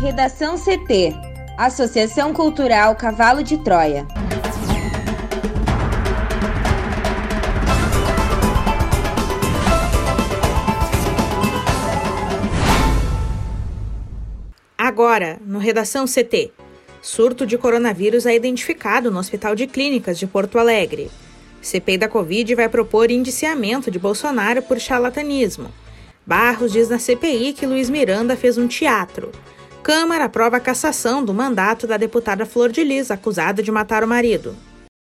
Redação CT, Associação Cultural Cavalo de Troia. Agora, no Redação CT, surto de coronavírus é identificado no Hospital de Clínicas de Porto Alegre. CPI da Covid vai propor indiciamento de Bolsonaro por charlatanismo. Barros diz na CPI que Luiz Miranda fez um teatro. Câmara aprova a cassação do mandato da deputada Flor de Lis, acusada de matar o marido.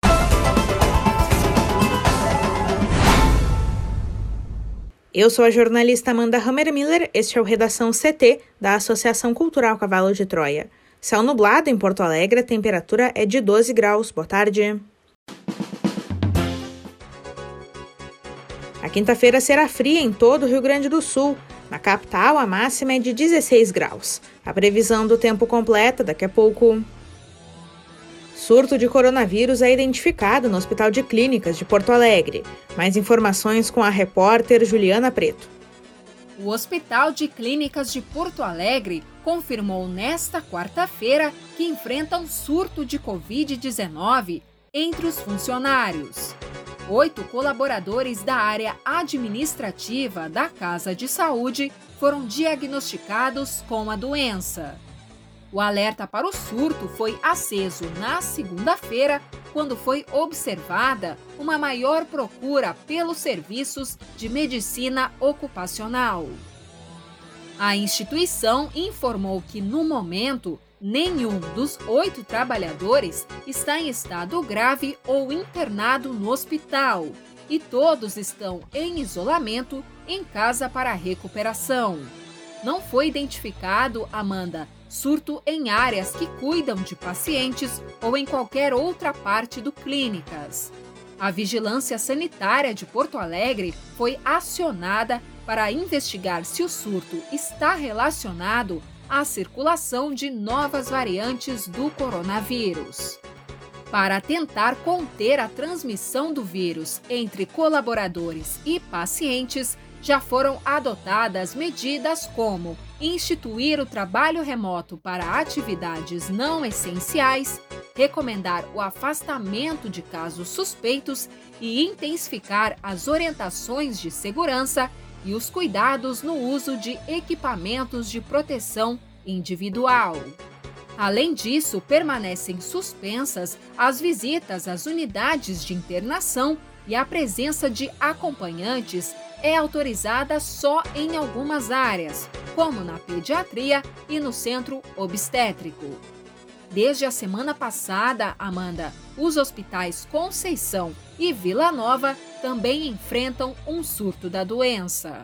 Eu sou a jornalista Amanda Hammermiller, este é o Redação CT da Associação Cultural Cavalo de Troia. Céu nublado em Porto Alegre, a temperatura é de 12 graus. Boa tarde. A quinta-feira será fria em todo o Rio Grande do Sul. Na capital, a máxima é de 16 graus. A previsão do tempo completa daqui a pouco. Surto de coronavírus é identificado no Hospital de Clínicas de Porto Alegre. Mais informações com a repórter Juliana Preto. O Hospital de Clínicas de Porto Alegre confirmou nesta quarta-feira que enfrenta um surto de Covid-19 entre os funcionários. 8 colaboradores da área administrativa da Casa de Saúde foram diagnosticados com a doença. O alerta para o surto foi aceso na segunda-feira, quando foi observada uma maior procura pelos serviços de medicina ocupacional. A instituição informou que, no momento, nenhum dos 8 trabalhadores está em estado grave ou internado no hospital e todos estão em isolamento em casa para recuperação. Não foi identificado, Amanda, surto em áreas que cuidam de pacientes ou em qualquer outra parte do Clínicas. A Vigilância Sanitária de Porto Alegre foi acionada para investigar se o surto está relacionado à circulação de novas variantes do coronavírus. Para tentar conter a transmissão do vírus entre colaboradores e pacientes, já foram adotadas medidas como instituir o trabalho remoto para atividades não essenciais, recomendar o afastamento de casos suspeitos e intensificar as orientações de segurança e os cuidados no uso de equipamentos de proteção individual. Além disso, permanecem suspensas as visitas às unidades de internação e a presença de acompanhantes é autorizada só em algumas áreas, como na pediatria e no centro obstétrico. Desde a semana passada, Amanda, os hospitais Conceição e Vila Nova também enfrentam um surto da doença.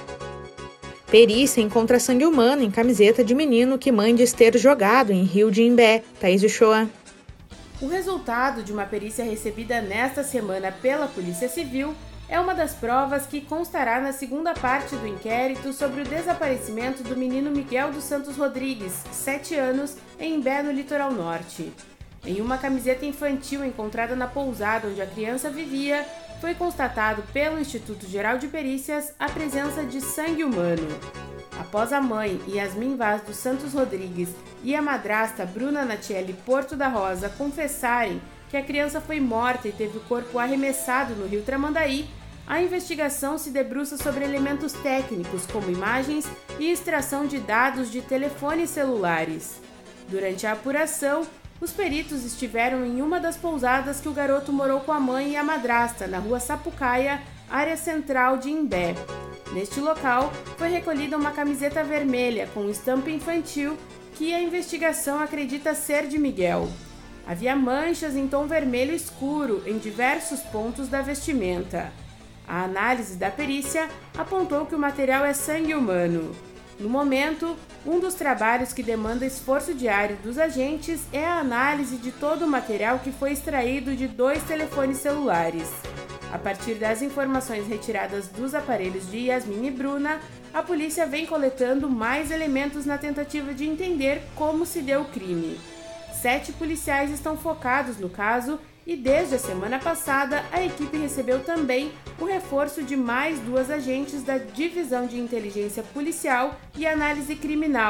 Perícia encontra sangue humano em camiseta de menino que mãe diz ter jogado em Rio de Imbé. Thaís Uchoa. O resultado de uma perícia recebida nesta semana pela Polícia Civil é uma das provas que constará na segunda parte do inquérito sobre o desaparecimento do menino Miguel dos Santos Rodrigues, 7 anos, em Imbé, no litoral norte. Em uma camiseta infantil encontrada na pousada onde a criança vivia, foi constatado pelo Instituto Geral de Perícias a presença de sangue humano. Após a mãe, Yasmin Vaz dos Santos Rodrigues, e a madrasta Bruna Natiele Porto da Rosa confessarem que a criança foi morta e teve o corpo arremessado no rio Tramandaí, a investigação se debruça sobre elementos técnicos como imagens e extração de dados de telefones celulares. Durante a apuração, os peritos estiveram em uma das pousadas que o garoto morou com a mãe e a madrasta, na rua Sapucaia, área central de Imbé. Neste local, foi recolhida uma camiseta vermelha com estampa infantil que a investigação acredita ser de Miguel. Havia manchas em tom vermelho escuro em diversos pontos da vestimenta. A análise da perícia apontou que o material é sangue humano. No momento, um dos trabalhos que demanda esforço diário dos agentes é a análise de todo o material que foi extraído de 2 telefones celulares. A partir das informações retiradas dos aparelhos de Yasmin e Bruna, a polícia vem coletando mais elementos na tentativa de entender como se deu o crime. 7 policiais estão focados no caso e desde a semana passada a equipe recebeu também o reforço de mais 2 agentes da Divisão de Inteligência Policial e Análise Criminal,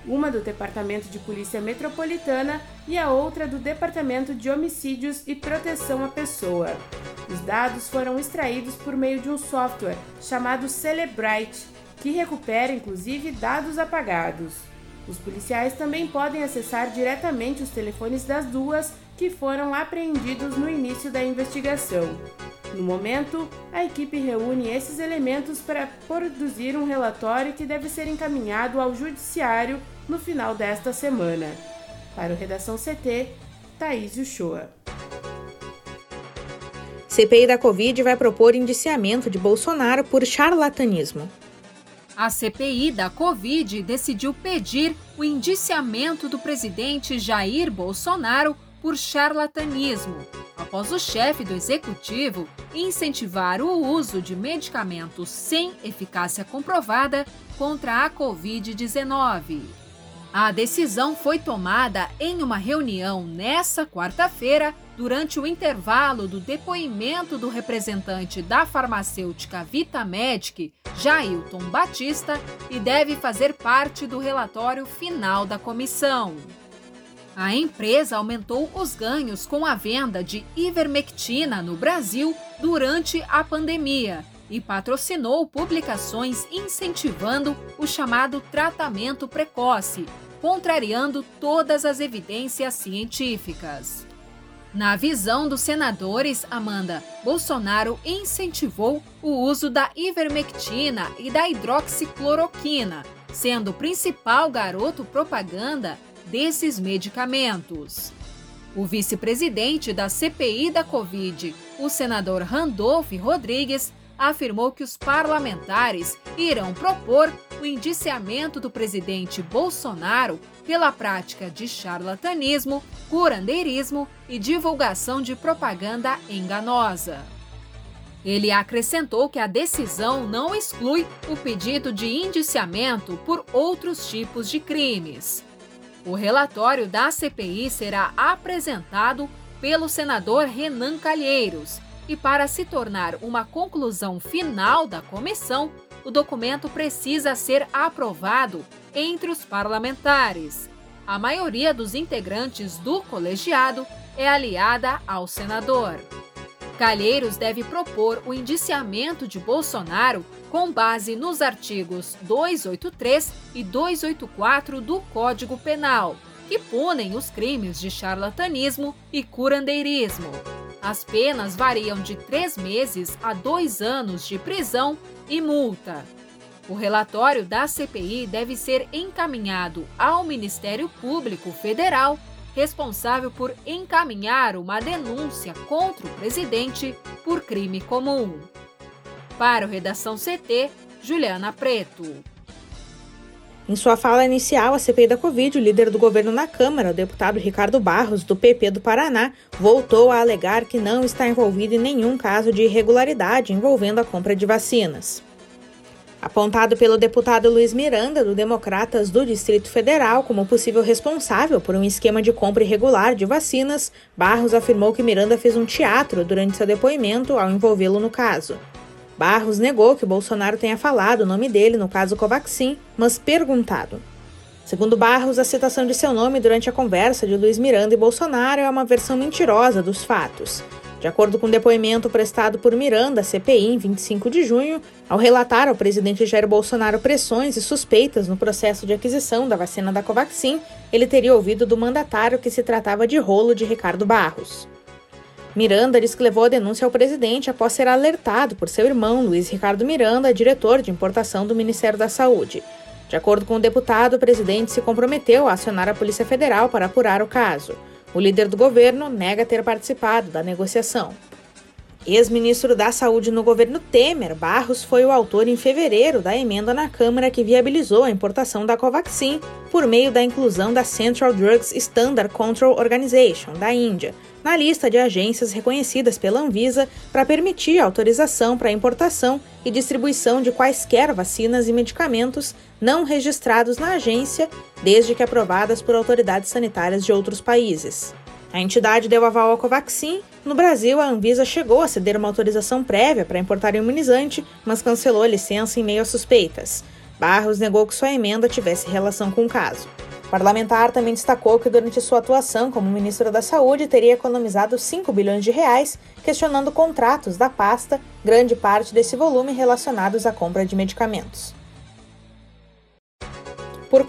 uma do Departamento de Polícia Metropolitana e a outra do Departamento de Homicídios e Proteção à Pessoa. Os dados foram extraídos por meio de um software chamado Cellebrite, que recupera inclusive dados apagados. Os policiais também podem acessar diretamente os telefones das duas que foram apreendidos no início da investigação. No momento, a equipe reúne esses elementos para produzir um relatório que deve ser encaminhado ao Judiciário no final desta semana. Para o Redação CT, Thaís Uchoa. CPI da Covid vai propor indiciamento de Bolsonaro por charlatanismo. A CPI da Covid decidiu pedir o indiciamento do presidente Jair Bolsonaro por charlatanismo, após o chefe do executivo incentivar o uso de medicamentos sem eficácia comprovada contra a Covid-19. A decisão foi tomada em uma reunião nesta quarta-feira, durante o intervalo do depoimento do representante da farmacêutica Vitamedic, Jailton Batista, e deve fazer parte do relatório final da comissão. A empresa aumentou os ganhos com a venda de ivermectina no Brasil durante a pandemia e patrocinou publicações incentivando o chamado tratamento precoce, contrariando todas as evidências científicas. Na visão dos senadores, Amanda, Bolsonaro incentivou o uso da ivermectina e da hidroxicloroquina, sendo o principal garoto propaganda desses medicamentos. O vice-presidente da CPI da Covid, o senador Randolph Rodrigues, afirmou que os parlamentares irão propor o indiciamento do presidente Bolsonaro pela prática de charlatanismo, curandeirismo e divulgação de propaganda enganosa. Ele acrescentou que a decisão não exclui o pedido de indiciamento por outros tipos de crimes. O relatório da CPI será apresentado pelo senador Renan Calheiros e, para se tornar uma conclusão final da comissão, o documento precisa ser aprovado entre os parlamentares. A maioria dos integrantes do colegiado é aliada ao senador. Calheiros deve propor o indiciamento de Bolsonaro com base nos artigos 283 e 284 do Código Penal, que punem os crimes de charlatanismo e curandeirismo. As penas variam de 3 meses a 2 anos de prisão e multa. O relatório da CPI deve ser encaminhado ao Ministério Público Federal, responsável por encaminhar uma denúncia contra o presidente por crime comum. Para o Redação CT, Juliana Preto. Em sua fala inicial à CPI da Covid, o líder do governo na Câmara, o deputado Ricardo Barros, do PP do Paraná, voltou a alegar que não está envolvido em nenhum caso de irregularidade envolvendo a compra de vacinas. Apontado pelo deputado Luiz Miranda, do Democratas do Distrito Federal, como possível responsável por um esquema de compra irregular de vacinas, Barros afirmou que Miranda fez um teatro durante seu depoimento ao envolvê-lo no caso. Barros negou que Bolsonaro tenha falado o nome dele no caso Covaxin, mas perguntado. Segundo Barros, a citação de seu nome durante a conversa de Luiz Miranda e Bolsonaro é uma versão mentirosa dos fatos. De acordo com o depoimento prestado por Miranda à CPI em 25 de junho, ao relatar ao presidente Jair Bolsonaro pressões e suspeitas no processo de aquisição da vacina da Covaxin, ele teria ouvido do mandatário que se tratava de rolo de Ricardo Barros. Miranda diz que levou a denúncia ao presidente após ser alertado por seu irmão, Luiz Ricardo Miranda, diretor de importação do Ministério da Saúde. De acordo com o deputado, o presidente se comprometeu a acionar a Polícia Federal para apurar o caso. O líder do governo nega ter participado da negociação. Ex-ministro da Saúde no governo Temer, Barros foi o autor em fevereiro da emenda na Câmara que viabilizou a importação da Covaxin por meio da inclusão da Central Drugs Standard Control Organization, da Índia, na lista de agências reconhecidas pela Anvisa para permitir a autorização para importação e distribuição de quaisquer vacinas e medicamentos não registrados na agência, desde que aprovadas por autoridades sanitárias de outros países. A entidade deu aval ao Covaxin. No Brasil, a Anvisa chegou a ceder uma autorização prévia para importar o imunizante, mas cancelou a licença em meio a suspeitas. Barros negou que sua emenda tivesse relação com o caso. O parlamentar também destacou que durante sua atuação como ministro da Saúde teria economizado 5 bilhões de reais, questionando contratos da pasta, grande parte desse volume relacionados à compra de medicamentos. Por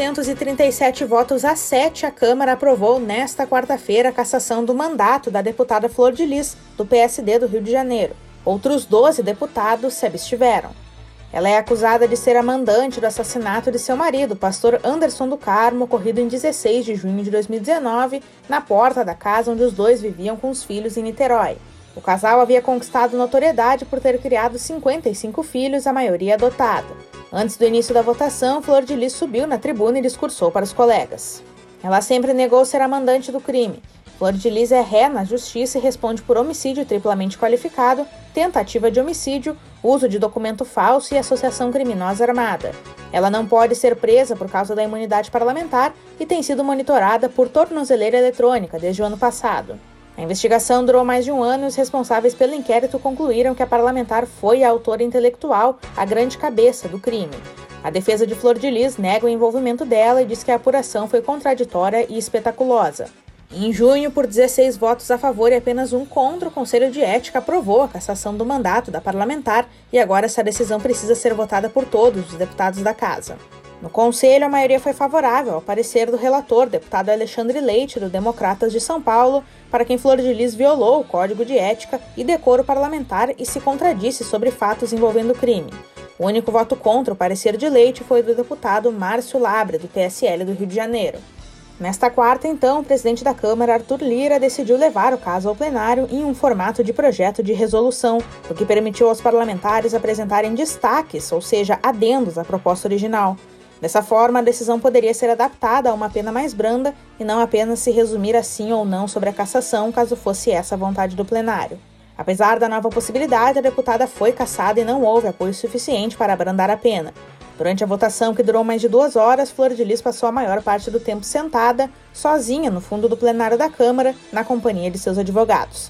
437 votos a 7, a Câmara aprovou nesta quarta-feira a cassação do mandato da deputada Flor de Lis, do PSD do Rio de Janeiro. Outros 12 deputados se abstiveram. Ela é acusada de ser a mandante do assassinato de seu marido, pastor Anderson do Carmo, ocorrido em 16 de junho de 2019, na porta da casa onde os dois viviam com os filhos em Niterói. O casal havia conquistado notoriedade por ter criado 55 filhos, a maioria adotada. Antes do início da votação, Flor de Lis subiu na tribuna e discursou para os colegas. Ela sempre negou ser a mandante do crime. Flor de Lis é ré na justiça e responde por homicídio triplamente qualificado, tentativa de homicídio, uso de documento falso e associação criminosa armada. Ela não pode ser presa por causa da imunidade parlamentar e tem sido monitorada por tornozeleira eletrônica desde o ano passado. A investigação durou mais de um ano e os responsáveis pelo inquérito concluíram que a parlamentar foi a autora intelectual, a grande cabeça do crime. A defesa de Flor de Lis nega o envolvimento dela e diz que a apuração foi contraditória e espetaculosa. Em junho, por 16 votos a favor e apenas um contra, o Conselho de Ética aprovou a cassação do mandato da parlamentar e agora essa decisão precisa ser votada por todos os deputados da Casa. No Conselho, a maioria foi favorável ao parecer do relator, deputado Alexandre Leite, do Democratas de São Paulo, para quem Flor de Lis violou o Código de Ética e decoro parlamentar e se contradisse sobre fatos envolvendo o crime. O único voto contra o parecer de Leite foi do deputado Márcio Labre, do PSL do Rio de Janeiro. Nesta quarta, então, o presidente da Câmara, Arthur Lira, decidiu levar o caso ao plenário em um formato de projeto de resolução, o que permitiu aos parlamentares apresentarem destaques, ou seja, adendos à proposta original. Dessa forma, a decisão poderia ser adaptada a uma pena mais branda e não apenas se resumir a sim ou não sobre a cassação, caso fosse essa a vontade do plenário. Apesar da nova possibilidade, a deputada foi cassada e não houve apoio suficiente para abrandar a pena. Durante a votação, que durou mais de 2 horas, Flor de Lis passou a maior parte do tempo sentada, sozinha no fundo do plenário da Câmara, na companhia de seus advogados.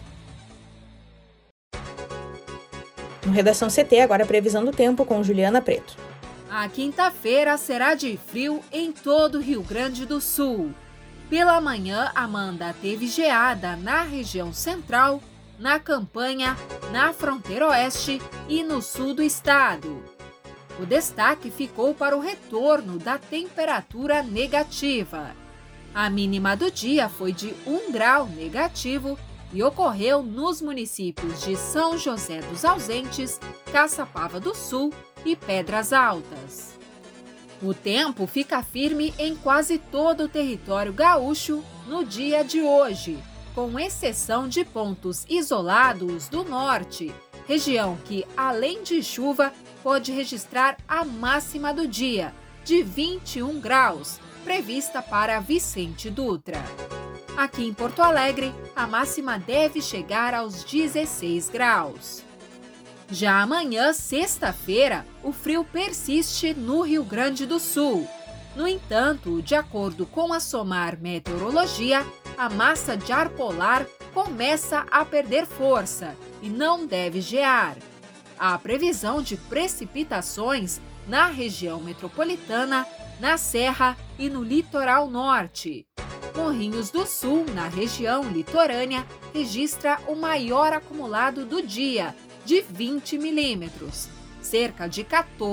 No Redação CT, agora a previsão do tempo com Juliana Preto. A quinta-feira será de frio em todo o Rio Grande do Sul. Pela manhã, Amanda teve geada na região central, na Campanha, na fronteira oeste e no sul do estado. O destaque ficou para o retorno da temperatura negativa. A mínima do dia foi de 1 grau negativo e ocorreu nos municípios de São José dos Ausentes, Caçapava do Sul e Pedras Altas. O tempo fica firme em quase todo o território gaúcho no dia de hoje, com exceção de pontos isolados do norte, região que, além de chuva, pode registrar a máxima do dia, de 21 graus, prevista para Vicente Dutra. Aqui em Porto Alegre, a máxima deve chegar aos 16 graus. Já amanhã, sexta-feira, o frio persiste no Rio Grande do Sul. No entanto, de acordo com a SOMAR Meteorologia, a massa de ar polar começa a perder força e não deve gear. Há previsão de precipitações na região metropolitana, na Serra e no litoral norte. Morrinhos do Sul, na região litorânea, registra o maior acumulado do dia, de 20 milímetros, cerca de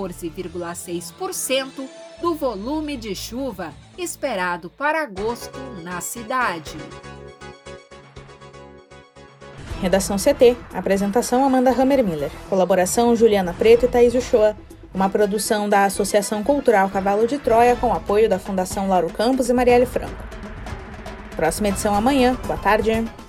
14,6% do volume de chuva esperado para agosto na cidade. Redação CT. Apresentação Amanda Hammermiller. Colaboração Juliana Preto e Thaís Uchoa. Uma produção da Associação Cultural Cavalo de Troia com apoio da Fundação Lauro Campos e Marielle Franco. Próxima edição amanhã. Boa tarde.